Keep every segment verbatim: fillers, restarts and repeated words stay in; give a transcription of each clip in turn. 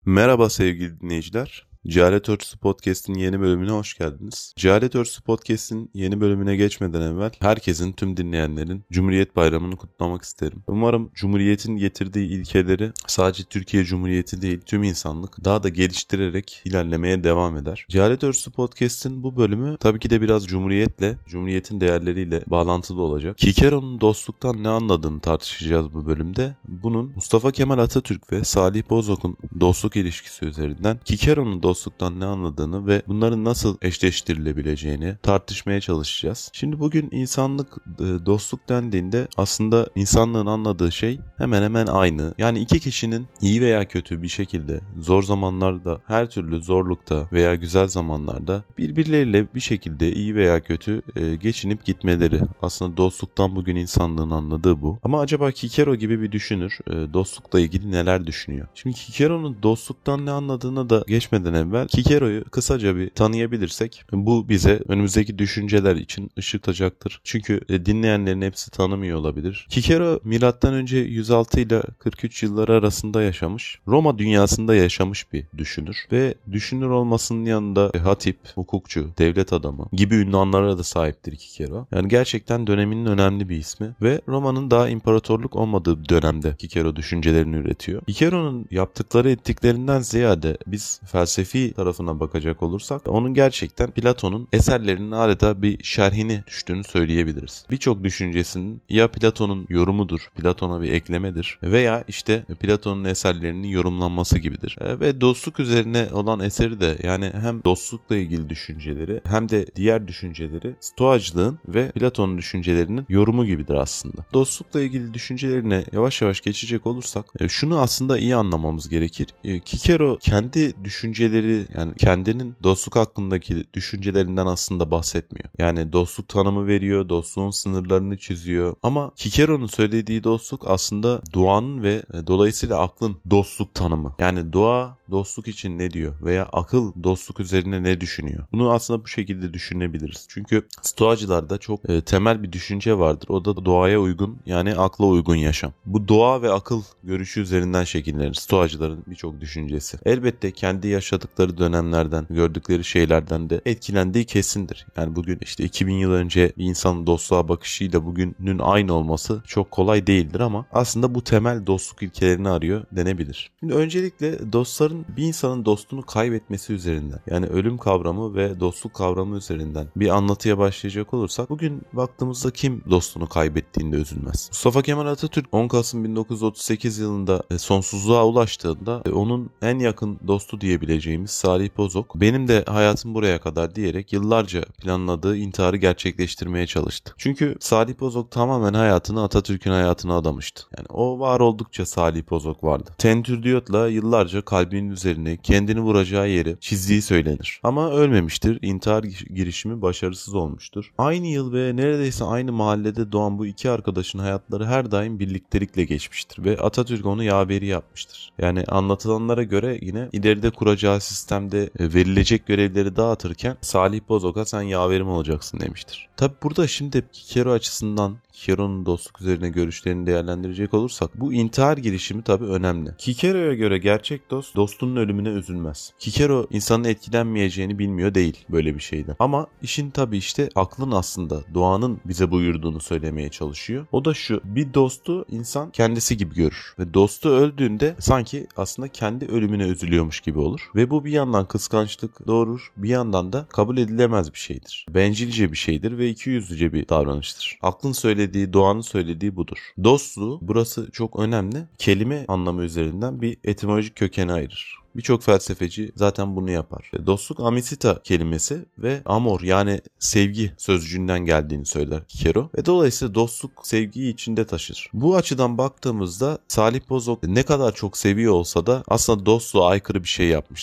Merhaba sevgili dinleyiciler. Cehalet Örtüsü Podcast'in yeni bölümüne hoş geldiniz. Cehalet Örtüsü Podcast'in yeni bölümüne geçmeden evvel herkesin, tüm dinleyenlerin Cumhuriyet Bayramı'nı kutlamak isterim. Umarım Cumhuriyet'in getirdiği ilkeleri sadece Türkiye Cumhuriyeti değil, tüm insanlık daha da geliştirerek ilerlemeye devam eder. Cehalet Örtüsü Podcast'in bu bölümü tabii ki de biraz Cumhuriyet'le, Cumhuriyet'in değerleriyle bağlantılı olacak. Cicero'nun dostluktan ne anladığını tartışacağız bu bölümde. Bunun Mustafa Kemal Atatürk ve Salih Bozok'un dostluk ilişkisi üzerinden Cicero'nun dostluktan ne anladığını ve bunların nasıl eşleştirilebileceğini tartışmaya çalışacağız. Şimdi bugün insanlık dostluk dendiğinde aslında insanlığın anladığı şey hemen hemen aynı. Yani iki kişinin iyi veya kötü bir şekilde zor zamanlarda, her türlü zorlukta veya güzel zamanlarda birbirleriyle bir şekilde iyi veya kötü geçinip gitmeleri. Aslında dostluktan bugün insanlığın anladığı bu. Ama acaba Cicero gibi bir düşünür dostlukla ilgili neler düşünüyor? Şimdi Cicero'nun dostluktan ne anladığına da geçmeden evvel Cicero'yu kısaca bir tanıyabilirsek bu bize önümüzdeki düşünceler için ışık tutacaktır. Çünkü dinleyenlerin hepsi tanımıyor olabilir. Cicero milattan önce yüz altı ile kırk üç yılları arasında yaşamış, Roma dünyasında yaşamış bir düşünür ve düşünür olmasının yanında hatip, hukukçu, devlet adamı gibi ünvanlara da sahiptir Cicero. Yani gerçekten döneminin önemli bir ismi ve Roma'nın daha imparatorluk olmadığı dönemde Cicero düşüncelerini üretiyor. Cicero'nun yaptıkları ettiklerinden ziyade biz felsefi tarafına bakacak olursak onun gerçekten Platon'un eserlerinin adeta bir şerhini düştüğünü söyleyebiliriz. Birçok düşüncesinin ya Platon'un yorumudur, Platon'a bir eklemedir veya işte Platon'un eserlerinin yorumlanması gibidir. Ve dostluk üzerine olan eseri de yani hem dostlukla ilgili düşünceleri hem de diğer düşünceleri Stoacılığın ve Platon'un düşüncelerinin yorumu gibidir aslında. Dostlukla ilgili düşüncelerine yavaş yavaş geçecek olursak şunu aslında iyi anlamamız gerekir. Cicero kendi düşünceleri yani kendinin dostluk hakkındaki düşüncelerinden aslında bahsetmiyor. Yani dostluk tanımı veriyor, dostluğun sınırlarını çiziyor. Ama Cicero'nun söylediği dostluk aslında doğanın ve dolayısıyla aklın dostluk tanımı. Yani doğa dostluk için ne diyor veya akıl dostluk üzerine ne düşünüyor? Bunu aslında bu şekilde düşünebiliriz. Çünkü Stoacılarda çok e, temel bir düşünce vardır. O da doğaya uygun yani akla uygun yaşam. Bu doğa ve akıl görüşü üzerinden şekillenir Stoacıların birçok düşüncesi. Elbette kendi yaşadıkları dönemlerden, gördükleri şeylerden de etkilendiği kesindir. Yani bugün işte iki bin yıl önce bir insanın dostluğa bakışıyla bugünün aynı olması çok kolay değildir ama aslında bu temel dostluk ilkelerini arıyor denebilir. Şimdi öncelikle dostların bir insanın dostunu kaybetmesi üzerinden yani ölüm kavramı ve dostluk kavramı üzerinden bir anlatıya başlayacak olursak bugün baktığımızda kim dostunu kaybettiğinde üzülmez? Mustafa Kemal Atatürk on Kasım bin dokuz yüz otuz sekiz yılında sonsuzluğa ulaştığında onun en yakın dostu diyebileceğimiz Salih Bozok benim de hayatım buraya kadar diyerek yıllarca planladığı intiharı gerçekleştirmeye çalıştı. Çünkü Salih Bozok tamamen hayatını Atatürk'ün hayatına adamıştı. Yani o var oldukça Salih Bozok vardı. Tentürdiyotla yıllarca kalbinin üzerine kendini vuracağı yeri çizdiği söylenir. Ama ölmemiştir. İntihar girişimi başarısız olmuştur. Aynı yıl ve neredeyse aynı mahallede doğan bu iki arkadaşın hayatları her daim birliktelikle geçmiştir ve Atatürk onu yaveri yapmıştır. Yani anlatılanlara göre yine ileride kuracağı sistemde verilecek görevleri dağıtırken Salih Bozok'a sen yaverim olacaksın demiştir. Tabi burada şimdi Cicero açısından Cicero'nun dostluk üzerine görüşlerini değerlendirecek olursak bu intihar girişimi tabii önemli. Cicero'ya göre gerçek dost dostunun ölümüne üzülmez. Cicero insanın etkilenmeyeceğini bilmiyor değil böyle bir şeyden. Ama işin tabii işte aklın aslında doğanın bize buyurduğunu söylemeye çalışıyor. O da şu: bir dostu insan kendisi gibi görür ve dostu öldüğünde sanki aslında kendi ölümüne üzülüyormuş gibi olur. Ve bu bir yandan kıskançlık doğurur, bir yandan da kabul edilemez bir şeydir. Bencilce bir şeydir ve ikiyüzlüce bir davranıştır. Aklın söylediği, doğanın söylediği budur. Dostluğu, burası çok önemli, kelime anlamı üzerinden bir etimolojik kökeni ayırır. Birçok felsefeci zaten bunu yapar. Dostluk amisita kelimesi ve amor yani sevgi sözcüğünden geldiğini söyler Cicero ve dolayısıyla dostluk sevgiyi içinde taşır. Bu açıdan baktığımızda Salih Bozok ne kadar çok seviyor olsa da aslında dostluğa aykırı bir şey yapmıştır.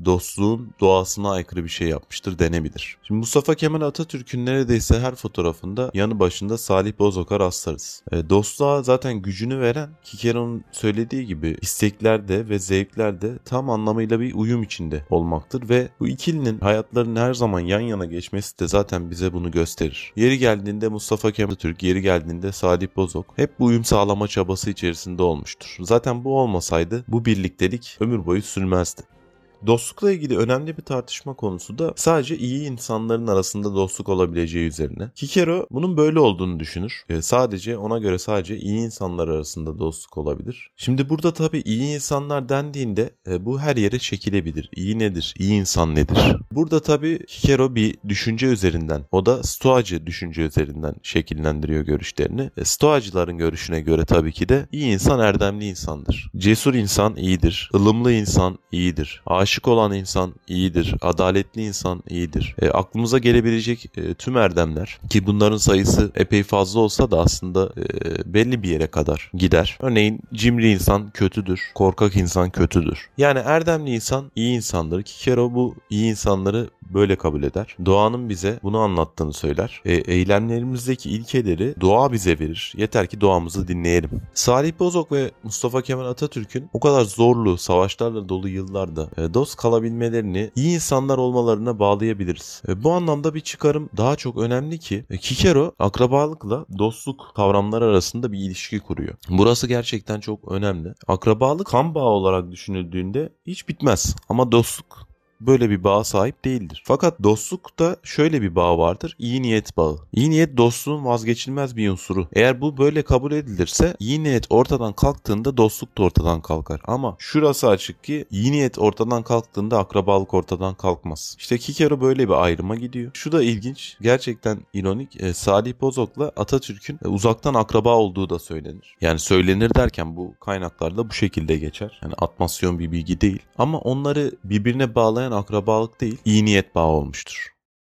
dostluğun doğasına aykırı bir şey yapmıştır denebilir. Şimdi Mustafa Kemal Atatürk'ün neredeyse her fotoğrafında yanı başında Salih Bozok'a rastlarız. E, dostluğa zaten gücünü veren, Cicero'nun söylediği gibi isteklerde ve zevklerde tam anlamıyla bir uyum içinde olmaktır ve bu ikilinin hayatlarının her zaman yan yana geçmesi de zaten bize bunu gösterir. Yeri geldiğinde Mustafa Kemal Atatürk, yeri geldiğinde Salih Bozok hep bu uyum sağlama çabası içerisinde olmuştur. Zaten bu olmasaydı bu birliktelik ömür boyu sürmezdi. Dostlukla ilgili önemli bir tartışma konusu da sadece iyi insanların arasında dostluk olabileceği üzerine. Cicero bunun böyle olduğunu düşünür. E, sadece ona göre sadece iyi insanlar arasında dostluk olabilir. Şimdi burada tabii iyi insanlar dendiğinde e, bu her yere çekilebilir. İyi nedir? İyi insan nedir? Burada tabii Cicero bir düşünce üzerinden, o da Stoacı düşünce üzerinden şekillendiriyor görüşlerini. E, Stoacıların görüşüne göre tabii ki de iyi insan erdemli insandır. Cesur insan iyidir. Ilımlı insan iyidir. Aşık Aşık olan insan iyidir, adaletli insan iyidir. E, aklımıza gelebilecek e, tüm erdemler ki bunların sayısı epey fazla olsa da aslında e, belli bir yere kadar gider. Örneğin cimri insan kötüdür, korkak insan kötüdür. Yani erdemli insan iyi insandır. Cicero bu iyi insanları böyle kabul eder. Doğanın bize bunu anlattığını söyler. E, eylemlerimizdeki ilkeleri doğa bize verir. Yeter ki doğamızı dinleyelim. Salih Bozok ve Mustafa Kemal Atatürk'ün o kadar zorlu, savaşlarla dolu yıllarda e, dost kalabilmelerini iyi insanlar olmalarına bağlayabiliriz. E, bu anlamda bir çıkarım daha çok önemli ki e, Cicero akrabalıkla dostluk kavramları arasında bir ilişki kuruyor. Burası gerçekten çok önemli. Akrabalık kan bağı olarak düşünüldüğünde hiç bitmez ama dostluk böyle bir bağa sahip değildir. Fakat dostlukta şöyle bir bağ vardır. İyi niyet bağı. İyi niyet dostluğun vazgeçilmez bir unsuru. Eğer bu böyle kabul edilirse iyi niyet ortadan kalktığında dostluk da ortadan kalkar. Ama şurası açık ki iyi niyet ortadan kalktığında akrabalık ortadan kalkmaz. İşte Cicero böyle bir ayrıma gidiyor. Şu da ilginç. Gerçekten ironik. E, Salih Bozok'la Atatürk'ün e, uzaktan akraba olduğu da söylenir. Yani söylenir derken bu kaynaklarda bu şekilde geçer. Yani atmasyon bir bilgi değil. Ama onları birbirine bağlayan akrabalık değil, iyi niyet bağı olmuştur.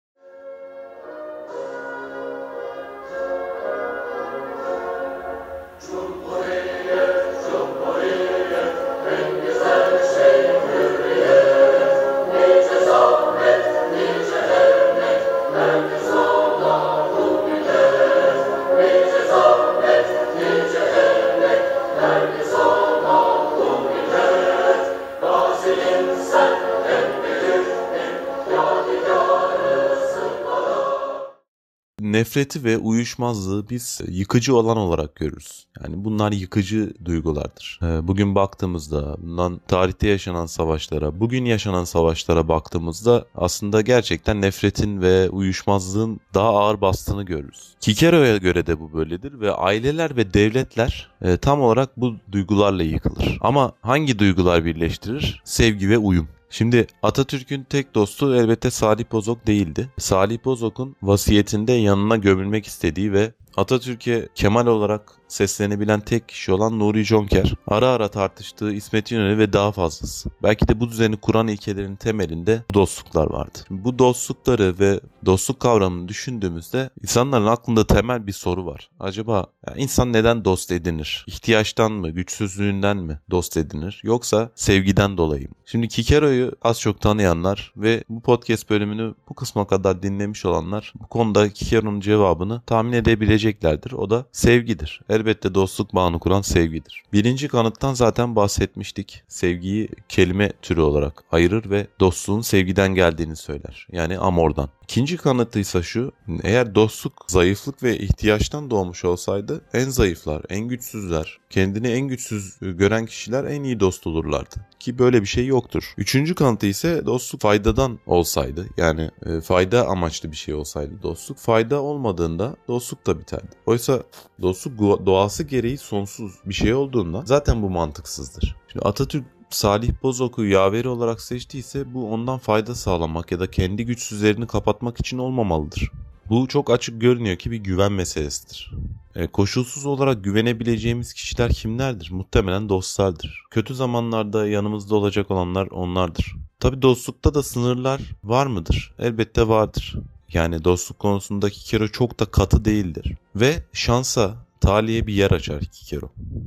Nefreti ve uyuşmazlığı biz yıkıcı olan olarak görürüz. Yani bunlar yıkıcı duygulardır. Bugün baktığımızda, bundan tarihte yaşanan savaşlara, bugün yaşanan savaşlara baktığımızda aslında gerçekten nefretin ve uyuşmazlığın daha ağır bastığını görürüz. Cicero'ya göre de bu böyledir ve aileler ve devletler tam olarak bu duygularla yıkılır. Ama hangi duygular birleştirir? Sevgi ve uyum. Şimdi Atatürk'ün tek dostu elbette Salih Bozok değildi. Salih Bozok'un vasiyetinde yanına gömülmek istediği ve Atatürk'e Kemal olarak seslenebilen tek kişi olan Nuri Jonker, ara ara tartıştığı İsmet İnönü ve daha fazlası. Belki de bu düzeni kuran ilkelerin temelinde dostluklar vardı. Bu dostlukları ve dostluk kavramını düşündüğümüzde insanların aklında temel bir soru var. Acaba ya insan neden dost edinir? İhtiyaçtan mı, güçsüzlüğünden mi dost edinir? Yoksa sevgiden dolayı mı? Şimdi Cicero'yu az çok tanıyanlar ve bu podcast bölümünü bu kısma kadar dinlemiş olanlar bu konuda Cicero'nun cevabını tahmin edebileceklerdir. O da sevgidir. Elbette dostluk bağını kuran sevgidir. Birinci kanıttan zaten bahsetmiştik. Sevgiyi kelime türü olarak ayırır ve dostluğun sevgiden geldiğini söyler. Yani amordan. İkinci kanıtı ise şu: eğer dostluk zayıflık ve ihtiyaçtan doğmuş olsaydı en zayıflar, en güçsüzler, kendini en güçsüz gören kişiler en iyi dost olurlardı. Ki böyle bir şey yoktur. Üçüncü kanıtı ise dostluk faydadan olsaydı, yani e, fayda amaçlı bir şey olsaydı dostluk, fayda olmadığında dostluk da biterdi. Oysa dostluk doğası gereği sonsuz bir şey olduğunda zaten bu mantıksızdır. Şimdi Atatürk Salih Bozok'u yaveri olarak seçtiyse bu ondan fayda sağlamak ya da kendi güçsüzlerini kapatmak için olmamalıdır. Bu çok açık görünüyor ki bir güven meselesidir. E, koşulsuz olarak güvenebileceğimiz kişiler kimlerdir? Muhtemelen dostlardır. Kötü zamanlarda yanımızda olacak olanlar onlardır. Tabii dostlukta da sınırlar var mıdır? Elbette vardır. Yani dostluk konusundaki Cicero çok da katı değildir. Ve şansa, talihe bir yer açar Cicero.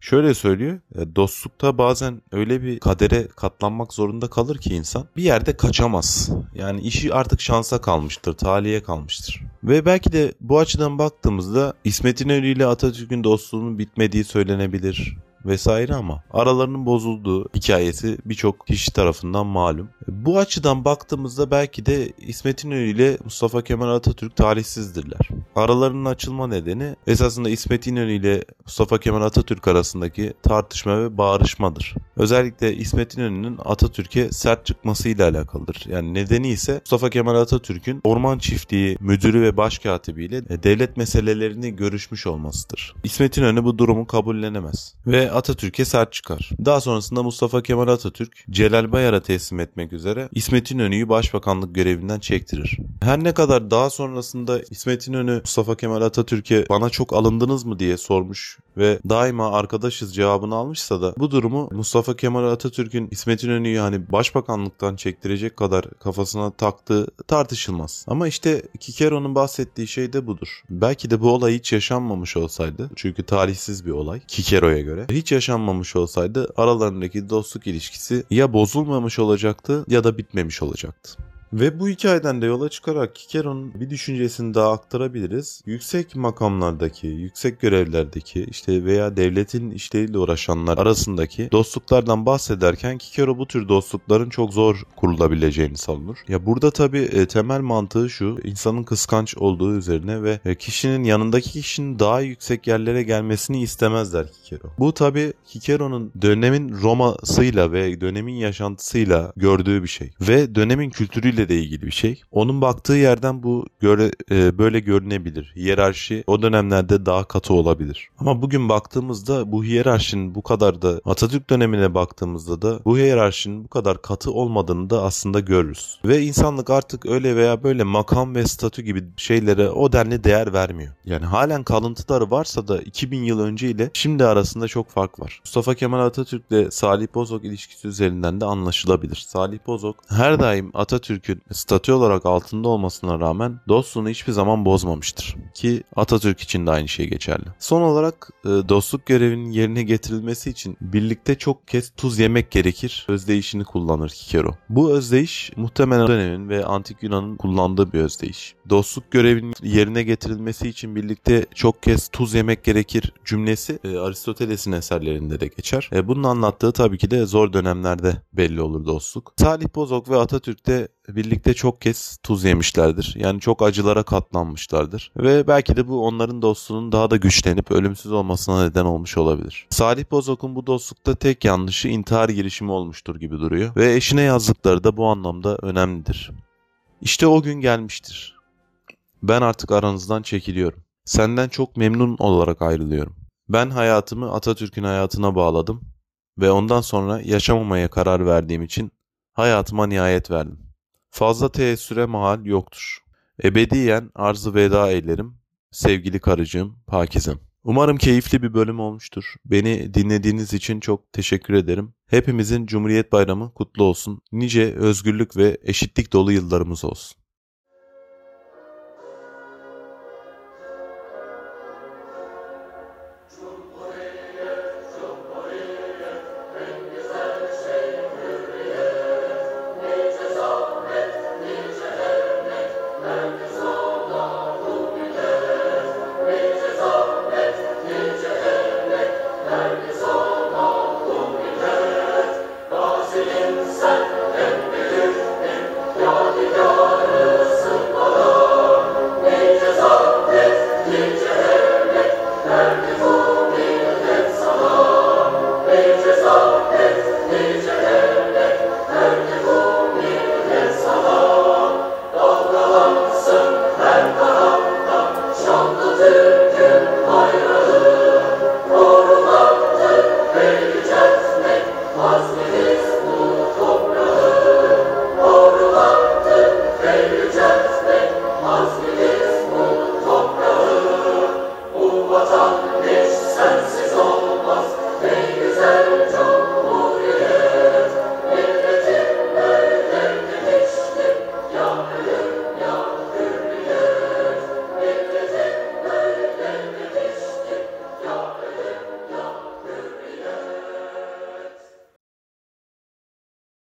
Şöyle söylüyor, e, dostlukta bazen öyle bir kadere katlanmak zorunda kalır ki insan bir yerde kaçamaz. Yani işi artık şansa kalmıştır, talihe kalmıştır. Ve belki de bu açıdan baktığımızda İsmet İnönü ile Atatürk'ün dostluğunun bitmediği söylenebilir vesaire ama aralarının bozulduğu hikayesi birçok kişi tarafından malum. Bu açıdan baktığımızda belki de İsmet İnönü ile Mustafa Kemal Atatürk talihsizdirler. Aralarının açılma nedeni esasında İsmet İnönü ile Mustafa Kemal Atatürk arasındaki tartışma ve bağrışmadır. Özellikle İsmet İnönü'nün Atatürk'e sert çıkmasıyla alakalıdır. Yani nedeni ise Mustafa Kemal Atatürk'ün Orman Çiftliği müdürü ve başkatibiyle devlet meselelerini görüşmüş olmasıdır. İsmet İnönü bu durumu kabullenemez ve Atatürk'e sert çıkar. Daha sonrasında Mustafa Kemal Atatürk Celal Bayar'a teslim etmek üzere İsmet İnönü'yü başbakanlık görevinden çektirir. Her ne kadar daha sonrasında İsmet İnönü Mustafa Kemal Atatürk'e bana çok alındınız mı diye sormuş ve daima arkadaşız cevabını almışsa da bu durumu Mustafa Kemal Atatürk'ün İsmet İnönü'yü hani başbakanlıktan çektirecek kadar kafasına taktığı tartışılmaz. Ama işte Cicero'nun bahsettiği şey de budur. Belki de bu olay hiç yaşanmamış olsaydı, çünkü talihsiz bir olay Cicero'ya göre, hiç yaşanmamış olsaydı aralarındaki dostluk ilişkisi ya bozulmamış olacaktı ya da bitmemiş olacaktı. Ve bu hikayeden de yola çıkarak Cicero'nun bir düşüncesini daha aktarabiliriz. Yüksek makamlardaki, yüksek görevlerdeki işte veya devletin işleriyle uğraşanlar arasındaki dostluklardan bahsederken Cicero bu tür dostlukların çok zor kurulabileceğini savunur. Ya burada tabii e, temel mantığı şu: insanın kıskanç olduğu üzerine ve e, kişinin yanındaki kişinin daha yüksek yerlere gelmesini istemezler Cicero. Bu tabii Cicero'nun dönemin Roma'sıyla ve dönemin yaşantısıyla gördüğü bir şey ve dönemin kültürüyle de ilgili bir şey. Onun baktığı yerden bu göre, e, böyle görünebilir. Hiyerarşi o dönemlerde daha katı olabilir. Ama bugün baktığımızda bu hiyerarşinin bu kadar da, Atatürk dönemine baktığımızda da bu hiyerarşinin bu kadar katı olmadığını da aslında görürüz. Ve insanlık artık öyle veya böyle makam ve statü gibi şeylere o denli değer vermiyor. Yani halen kalıntıları varsa da iki bin yıl önce ile şimdi arasında çok fark var. Mustafa Kemal Atatürk ile Salih Bozok ilişkisi üzerinden de anlaşılabilir. Salih Bozok her daim Atatürk'ün statü olarak altında olmasına rağmen dostluğunu hiçbir zaman bozmamıştır. Ki Atatürk için de aynı şey geçerli. Son olarak dostluk görevinin yerine getirilmesi için birlikte çok kez tuz yemek gerekir özdeyişini kullanır Cicero. Bu özdeyiş muhtemelen dönemin ve antik Yunan'ın kullandığı bir özdeyiş. Dostluk görevinin yerine getirilmesi için birlikte çok kez tuz yemek gerekir cümlesi Aristoteles'in eserlerinde de geçer. Bunun anlattığı tabii ki de zor dönemlerde belli olur dostluk. Salih Bozok ve Atatürk de birlikte çok kez tuz yemişlerdir. Yani çok acılara katlanmışlardır. Ve belki de bu onların dostluğunun daha da güçlenip ölümsüz olmasına neden olmuş olabilir. Salih Bozok'un bu dostlukta tek yanlışı intihar girişimi olmuştur gibi duruyor. Ve eşine yazdıkları da bu anlamda önemlidir. İşte o gün gelmiştir. Ben artık aranızdan çekiliyorum. Senden çok memnun olarak ayrılıyorum. Ben hayatımı Atatürk'ün hayatına bağladım ve ondan sonra yaşamamaya karar verdiğim için hayatıma nihayet verdim. Fazla teessüre mahal yoktur. Ebediyen arzı veda eylerim. Sevgili karıcığım, Pakizem. Umarım keyifli bir bölüm olmuştur. Beni dinlediğiniz için çok teşekkür ederim. Hepimizin Cumhuriyet Bayramı kutlu olsun. Nice özgürlük ve eşitlik dolu yıllarımız olsun.